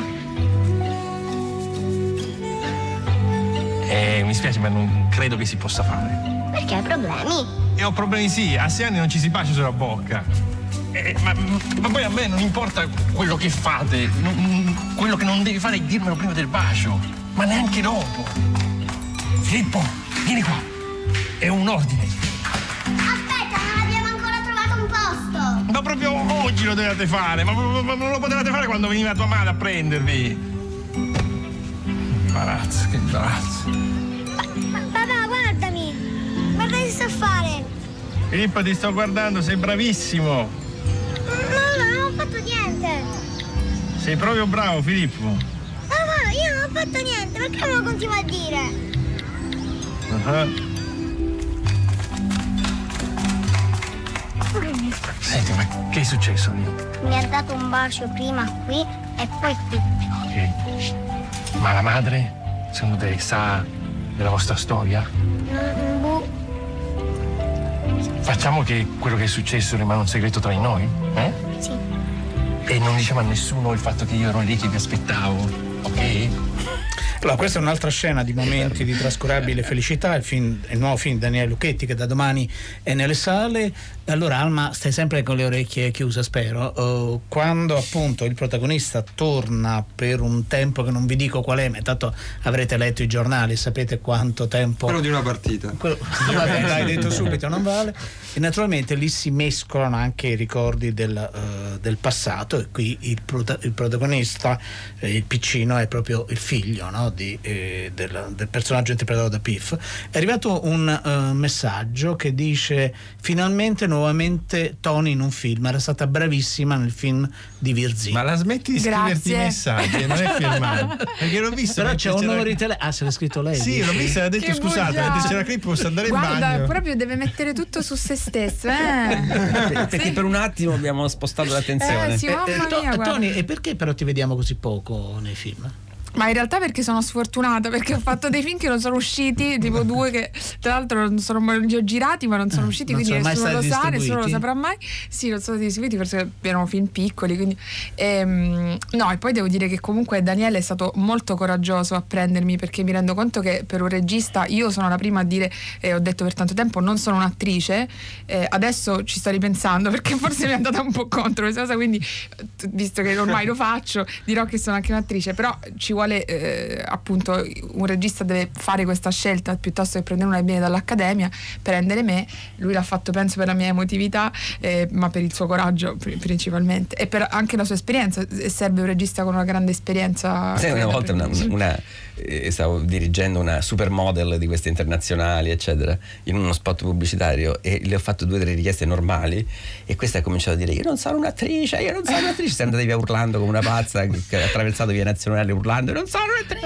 Eh, mi spiace, ma non credo che si possa fare. Perché hai problemi? E ho problemi sì, a sei anni non ci si bacia sulla bocca. Eh, ma, ma poi a me non importa quello che fate, non, quello che non devi fare è dirmelo prima del bacio, ma neanche dopo. Filippo, vieni qua, è un ordine. Aspetta, non abbiamo ancora trovato un posto. Ma proprio oggi lo dovete fare, ma, ma, ma non lo potevate fare quando veniva tua madre a prendervi. Imbarazzo, che imbarazzo. Pa- papà, guardami, guarda che sto a fare. Filippo, ti sto guardando, sei bravissimo. No, no, non ho fatto niente. Sei proprio bravo, Filippo. Mamma, io non ho fatto niente, perché me lo continui a dire? Uh-huh. Senti, ma che è successo lì? Mi ha dato un bacio prima qui e poi qui. Ok. Ma la madre, secondo te, sa della vostra storia? Mm, boh. Facciamo che quello che è successo rimane un segreto tra di noi, eh? Sì. E non diciamo a nessuno il fatto che io ero lì che vi aspettavo, ok? Allora, questa è un'altra scena di momenti di trascurabile felicità, il, film, il nuovo film di Daniele Lucchetti che da domani è nelle sale. Allora Alma, stai sempre con le orecchie chiuse, spero. Uh, quando appunto il protagonista torna per un tempo che non vi dico qual è, ma tanto avrete letto i giornali, sapete quanto tempo... Quello di una partita. Quello... Vabbè, l'hai detto subito, non vale. E naturalmente lì si mescolano anche i ricordi del, uh, del passato, e qui il, prota- il protagonista, eh, il piccino, è proprio il figlio, no? Di, eh, del, del personaggio interpretato da Piff. È arrivato un uh, messaggio che dice: finalmente nuovamente Tony in un film, era stata bravissima nel film di Virzì. Ma la smetti di scriverti i messaggi, non è firmato, perché l'ho visto, però c'è un c'era... numero di telefono. Ah, se l'ha scritto lei? Sì, dice. l'ho visto e ha detto Che scusate, bugia. mentre c'è la clip posso andare Guarda, in bagno. proprio deve mettere tutto su se stesso, eh. Perché Sì. per un attimo abbiamo spostato l'attenzione. Eh, sì, mamma Eh, eh, mia, To- guarda. Tony, e perché però ti vediamo così poco nei film? Ma in realtà perché sono sfortunata, perché ho fatto dei film che non sono usciti, tipo due che tra l'altro non sono, li ho girati ma non sono usciti, non quindi sono mai nessuno lo stati sa, nessuno lo distribuiti? saprà mai. Sì, non sono distribuiti perché erano film piccoli, quindi ehm, no, e poi devo dire che comunque Daniele è stato molto coraggioso a prendermi, perché mi rendo conto che per un regista, io sono la prima a dire, e eh, ho detto per tanto tempo, non sono un'attrice, eh, adesso ci sto ripensando perché forse mi è andata un po' contro questa cosa, quindi visto che ormai lo faccio dirò che sono anche un'attrice, però ci vuole eh, appunto un regista deve fare questa scelta piuttosto che prendere una bene dall'accademia, prendere me. Lui l'ha fatto penso per la mia emotività, eh, ma per il suo coraggio pr- principalmente, e per anche la sua esperienza, e serve un regista con una grande esperienza. Sai, una credo, volta una, per- una, eh, stavo dirigendo una supermodel di queste internazionali eccetera in uno spot pubblicitario e le ho fatto due o tre richieste normali e questa ha cominciato a dire: io non sono un'attrice, io non sono un'attrice, si è andata via urlando come una pazza, che ha attraversato via Nazionale urlando: non sono un'attrice.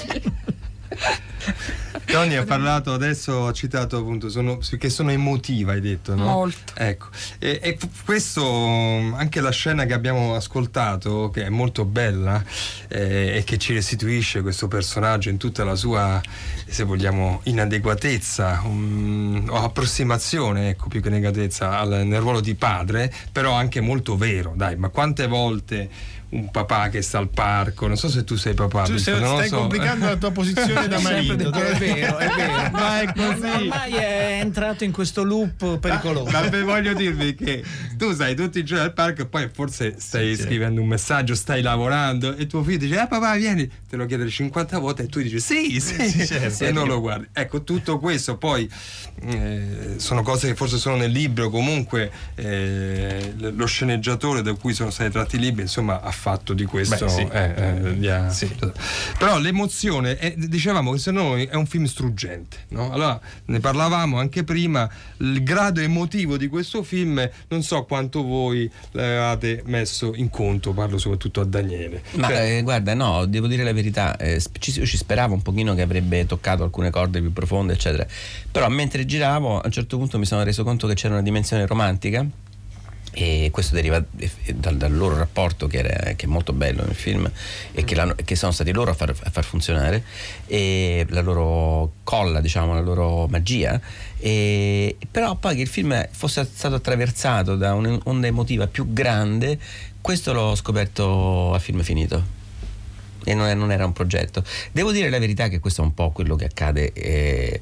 Tony ha parlato adesso, ha citato appunto sono, che sono emotiva, hai detto, no? Molto. Ecco, e, e questo, anche la scena che abbiamo ascoltato, che è molto bella eh, e che ci restituisce questo personaggio in tutta la sua, se vogliamo, inadeguatezza um, o approssimazione, ecco, più che negatività al, nel ruolo di padre, però anche molto vero, dai, ma quante volte un papà che sta al parco, non so se tu sei papà, Tu sei, non stai so. complicando la tua posizione da marito. È vero, è vero. Ma è così. Ormai è entrato in questo loop pericoloso. Ma, ma voglio dirvi che tu sai tutti i giorni al parco e poi forse stai sì. scrivendo un messaggio, stai lavorando e tuo figlio dice: ah papà vieni, te lo chiede cinquanta volte e tu dici sì, sì, sì, certo. e non lo guardi. Ecco, tutto questo poi eh, sono cose che forse sono nel libro, comunque eh, lo sceneggiatore da cui sono stati tratti i libri insomma ha fatto di questo. Beh, sì. eh, eh, via. Sì. Però l'emozione è, dicevamo che se noi è un film struggente, no? Allora ne parlavamo anche prima, il grado emotivo di questo film non so quanto voi l'avete messo in conto, parlo soprattutto a Daniele. Ma Cioè, eh, guarda, no, devo dire la verità, eh, ci, io ci speravo un pochino che avrebbe toccato alcune corde più profonde eccetera, però mentre giravo a un certo punto mi sono reso conto che c'era una dimensione romantica, e questo deriva dal, dal loro rapporto che, era, che è molto bello nel film e che, l'hanno, che sono stati loro a far, a far funzionare, e la loro colla, diciamo, la loro magia, e, però poi che il film fosse stato attraversato da un'onda emotiva più grande, questo l'ho scoperto a film finito e non, non era un progetto. Devo dire la verità che questo è un po' quello che accade eh,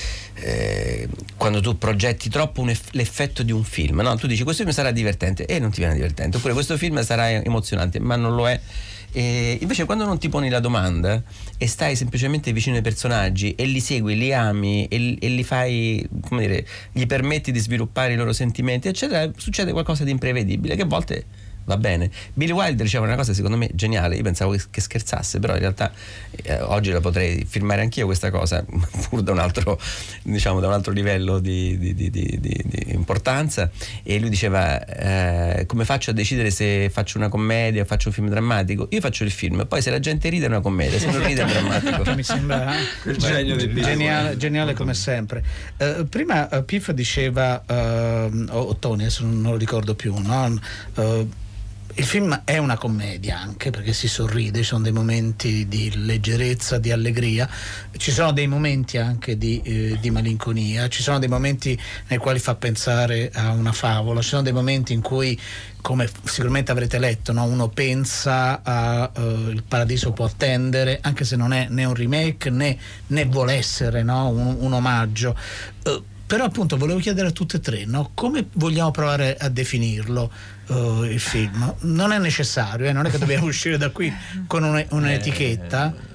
Eh, quando tu progetti troppo un eff- l'effetto di un film, no? Tu dici questo film sarà divertente e non ti viene divertente, oppure questo film sarà emozionante ma non lo è. E invece quando non ti poni la domanda e stai semplicemente vicino ai personaggi e li segui, li ami e, e li fai, come dire, gli permetti di sviluppare i loro sentimenti eccetera, succede qualcosa di imprevedibile che a volte va bene. Billy Wilder diceva una cosa secondo me geniale, io pensavo che, che scherzasse, però in realtà eh, oggi la potrei firmare anch'io questa cosa, pur da un altro, diciamo, da un altro livello di, di, di, di, di, di importanza, e lui diceva eh, come faccio a decidere se faccio una commedia o faccio un film drammatico? Io faccio il film, poi se la gente ride è una commedia, se non ride è drammatico. Mi sembra il genio di geniale, geniale come sempre. Uh, prima uh, Piff diceva uh, o oh, Tony, adesso non lo ricordo più, no? Uh, il film è una commedia anche perché si sorride, ci sono dei momenti di leggerezza, di allegria, ci sono dei momenti anche di, eh, di malinconia, ci sono dei momenti nei quali fa pensare a una favola, ci sono dei momenti in cui, come sicuramente avrete letto, no? Uno pensa a uh, Il paradiso può attendere, anche se non è né un remake né, né vuole essere, no? un, un omaggio. Uh, però appunto volevo chiedere a tutte e tre, no? Come vogliamo provare a definirlo uh, il film? Non è necessario, eh? Non è che dobbiamo uscire da qui con un, un'etichetta.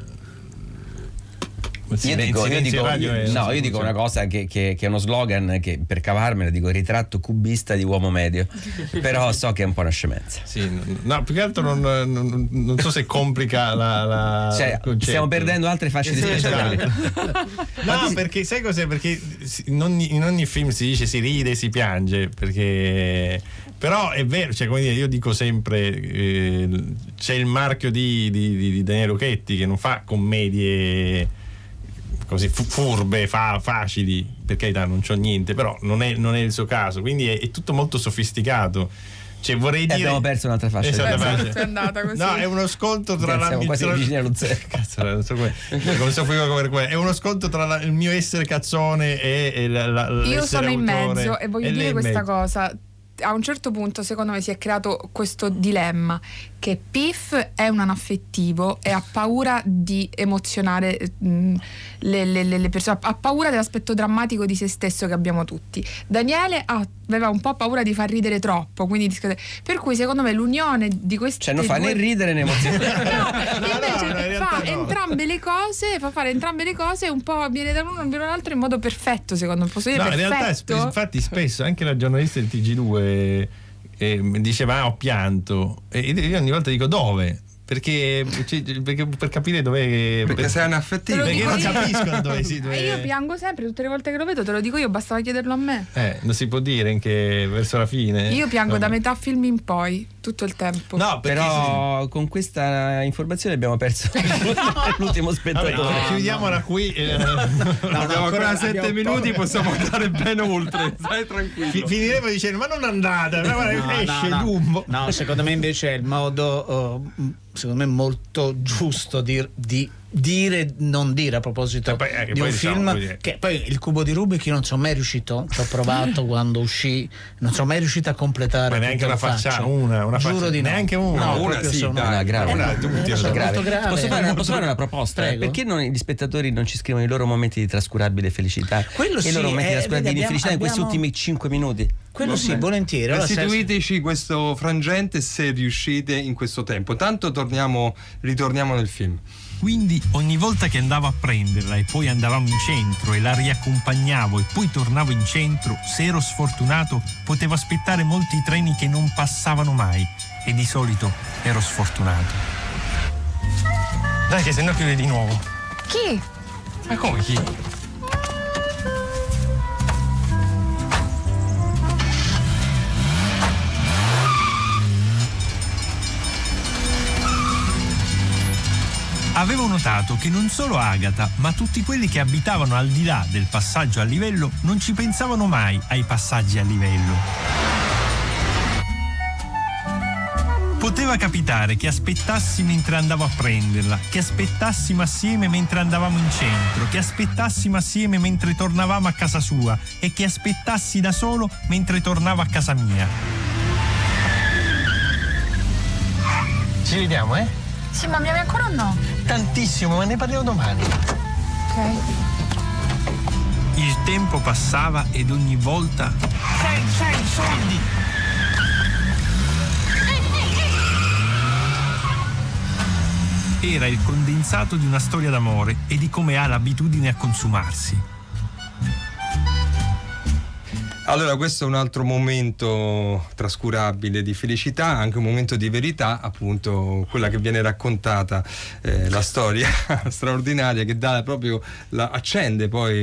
Io dico, io dico, io, no, io dico una cosa che, che, che è uno slogan che per cavarmela dico ritratto cubista di uomo medio, però so che è un po' una scemenza. Sì, no, più che altro non, non, non so se complica la, la cioè, stiamo perdendo altre fasce di spettatori. No, perché sai cos'è? Perché in ogni, in ogni film si dice si ride, si piange, perché però è vero, cioè, come dire, io dico sempre eh, c'è il marchio di, di, di Daniele Lucchetti che non fa commedie così furbe, fa, facili, per carità non c'ho niente, però non è, non è il suo caso, quindi è, è tutto molto sofisticato. Cioè vorrei dire, abbiamo perso un'altra fascia. Esatto, fascia. È andata così. No, è uno scontro tra la siamo quasi vicini allo zero. Cazzo, non so come, come so come come è uno scontro tra la, il mio essere cazzone e, e la, la, io sono in autore, mezzo e voglio e dire questa cosa. A un certo punto secondo me si è creato questo dilemma che Piff è un anaffettivo e ha paura di emozionare mh, le, le, le persone, ha paura dell'aspetto drammatico di se stesso che abbiamo tutti. Daniele ha, aveva un po' paura di far ridere troppo, quindi per cui secondo me l'unione di questi cioè non fa due... né ridere né emozionare. No, invece no, no, fa no. entrambe le cose, fa fare entrambe le cose e un po' viene da uno e viene dall'altro in modo perfetto, secondo me. Posso dire no, perfetto? in realtà sp- infatti spesso anche la giornalista del T G due eh, diceva ah, ho pianto e io ogni volta dico dove? Perché, perché per capire dove perché sei anaffettivo, perché non io. capisco dove si dove... Io piango sempre tutte le volte che lo vedo, te lo dico io, bastava chiederlo a me. Eh, non si può dire che verso la fine. Io piango Vabbè. da metà film in poi, tutto il tempo. No, però sì. Con questa informazione abbiamo perso l'ultimo spettatore. Vabbè, no, chiudiamola qui. Eh. No, abbiamo ancora, ancora sette minuti, po- possiamo andare ben oltre. Stai tranquillo. Fi- finiremo dicendo ma non andate, no, esce no, no. Dumbo. No, secondo me invece è il modo uh, secondo me molto giusto di, di dire non dire a proposito poi, eh, di poi un diciamo, film che poi il cubo di Rubik io non sono mai riuscito, ci ho provato quando uscì, non sono mai riuscito a completare. Ma neanche una faccia, una, una giuro faccia, di no. neanche una, no, una sì, sono una grave, una, una, una, una grave. grave. Posso fare una, posso fare una proposta? Prego. Perché non, gli spettatori non ci scrivono i loro momenti di trascurabile felicità Quello e sì, i loro momenti eh, di trascurabile vedi, felicità abbiamo, in questi ultimi cinque minuti? Quello sì, volentieri. Allora, restituiteci questo frangente se riuscite in questo tempo. Tanto torniamo, ritorniamo nel film. Quindi ogni volta che andavo a prenderla e poi andavamo in centro e la riaccompagnavo e poi tornavo in centro, se ero sfortunato potevo aspettare molti treni che non passavano mai e di solito ero sfortunato. Dai che se no chiude di nuovo. Chi? Ma come chi? Avevo notato che non solo Agatha, ma tutti quelli che abitavano al di là del passaggio a livello non ci pensavano mai ai passaggi a livello. Poteva capitare che aspettassi mentre andavo a prenderla, che aspettassimo assieme mentre andavamo in centro, che aspettassimo assieme mentre tornavamo a casa sua e che aspettassi da solo mentre tornavo a casa mia. Ci vediamo, eh? Sì, ma mi ami ancora o no? Tantissimo, ma ne parliamo domani. Ok. Il tempo passava ed ogni volta Sei, sei, soldi! era il condensato di una storia d'amore e di come ha l'abitudine a consumarsi. Allora, questo è un altro momento trascurabile di felicità, anche un momento di verità, appunto quella che viene raccontata, eh, la storia straordinaria che dà proprio la, accende poi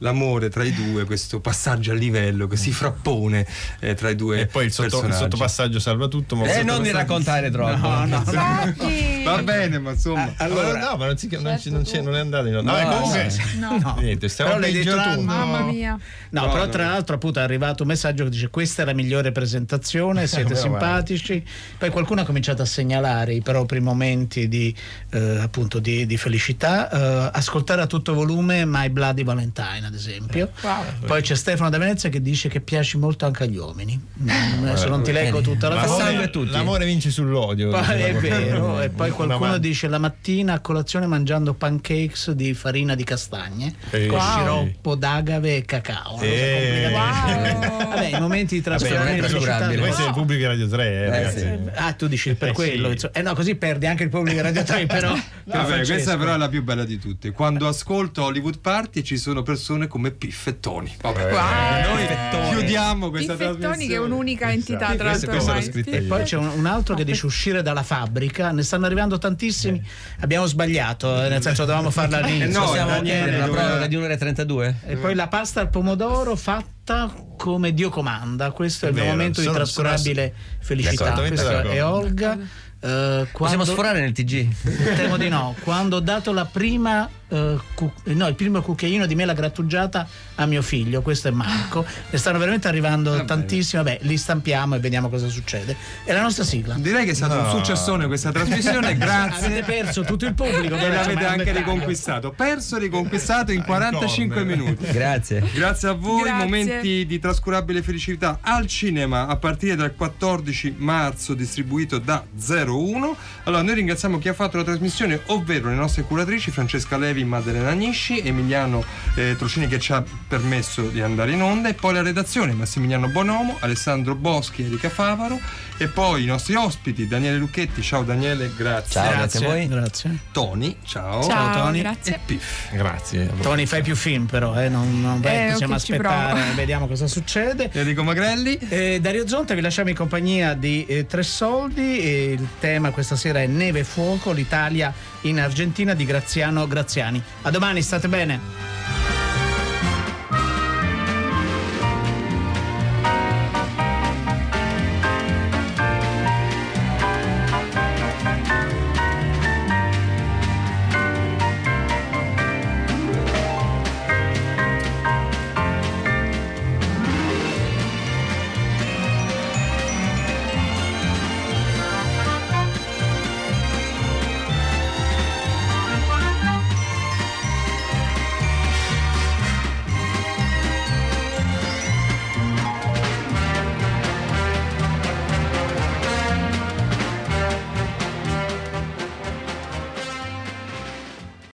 l'amore tra i due, questo passaggio a livello che si frappone eh, tra i due e poi il, sotto, il personaggi. sottopassaggio salva tutto, ma Eh, non mi raccontare troppo. No, no, no. Va bene, ma insomma. Ah, allora, no, ma non, si, non, ci, non, c'è, non è andato in onda. No, No, comunque, no. No. niente, stiamo Però l'hai detto tu. peggiorando. Mamma mia. No, No, però no. tra l'altro appunto è arrivato un messaggio che dice questa è la migliore presentazione, siete Però simpatici. Poi qualcuno ha cominciato a segnalare i propri momenti di eh, appunto di, di felicità, eh, ascoltare a tutto volume My Bloody Valentine ad esempio. Wow. Poi c'è Stefano da Venezia che dice che piaci molto anche agli uomini. Mm, adesso non ti leggo tutta la cosa. L'amore, l'amore vince sull'odio. Poi è Diceva vero, qualcuno. e poi Una qualcuno man- dice la mattina a colazione mangiando pancakes di farina di castagne Eh, con wow. sciroppo d'agave e cacao. Una cosa Eh. complicata. Vabbè, i momenti di Vabbè, trascorrere non è trascurabile. Questo è il pubblico Radio tre, eh, ragazzi. Ah, tu dici per Eh, quello. sì. insomma. Eh no, così perdi anche il pubblico Radio tre, però. Vabbè, Francesco. questa però è la più bella di tutte. Quando ascolto Hollywood Party ci sono persone come Piff e Tony. Vabbè, Wow. noi chiudiamo questa Piffettoni trasmissione. che è un'unica entità Sì, tra questa- l'altro questa l'ho ormai. scritta E io. poi c'è un, un altro che dice uscire dalla fabbrica, ne stanno arrivando tantissimi. Abbiamo sbagliato, eh, nel senso dovevamo farla all'inizio. Eh no, Possiamo Daniele, chiedere una doveva- proroga di un'ora e trentadue? E poi la pasta al pomodoro fatta come Dio comanda. Questo è, È il mio vero, momento sono- di trascurabile felicità. assolutamente Questa d'accordo. è Olga. Eh, quando... Possiamo sforare nel T G? Temo di no. Quando ho dato la prima eh, cu- no, il primo cucchiaino di mela grattugiata a mio figlio, questo è Marco. Ne stanno veramente arrivando Va tantissimi. Vabbè, li stampiamo e vediamo cosa succede. È la nostra sigla. Direi che è stato No. un successone questa trasmissione, grazie. Avete perso tutto il pubblico, E però, l'avete insomma, è un anche dettaglio. riconquistato. Perso e riconquistato in quarantacinque corner. minuti. Grazie. Grazie a voi, Grazie. momenti di trascurabile felicità al cinema a partire dal quattordici marzo, distribuito da zero uno. Allora, noi ringraziamo chi ha fatto la trasmissione, ovvero le nostre curatrici Francesca Levi, Maddalena Agnisci, Emiliano eh, Trocini che ci ha permesso di andare in onda, e poi la redazione Massimiliano Bonomo, Alessandro Boschi, Erika Favaro, e poi i nostri ospiti Daniele Lucchetti, ciao Daniele, grazie. Ciao, grazie a voi. Grazie. Tony, ciao. Ciao, Tony. grazie. E Piff. Grazie. Tony, fai più film però, eh? non, non vai, Eh, possiamo ok, ci aspettare, provo. vediamo cosa succede. Enrico Magrelli. Eh, Dario Zonta, vi lasciamo in compagnia di eh, Tre Soldi, e il tema questa sera è Neve e Fuoco, l'Italia in Argentina di Graziano Graziani. A domani, state bene.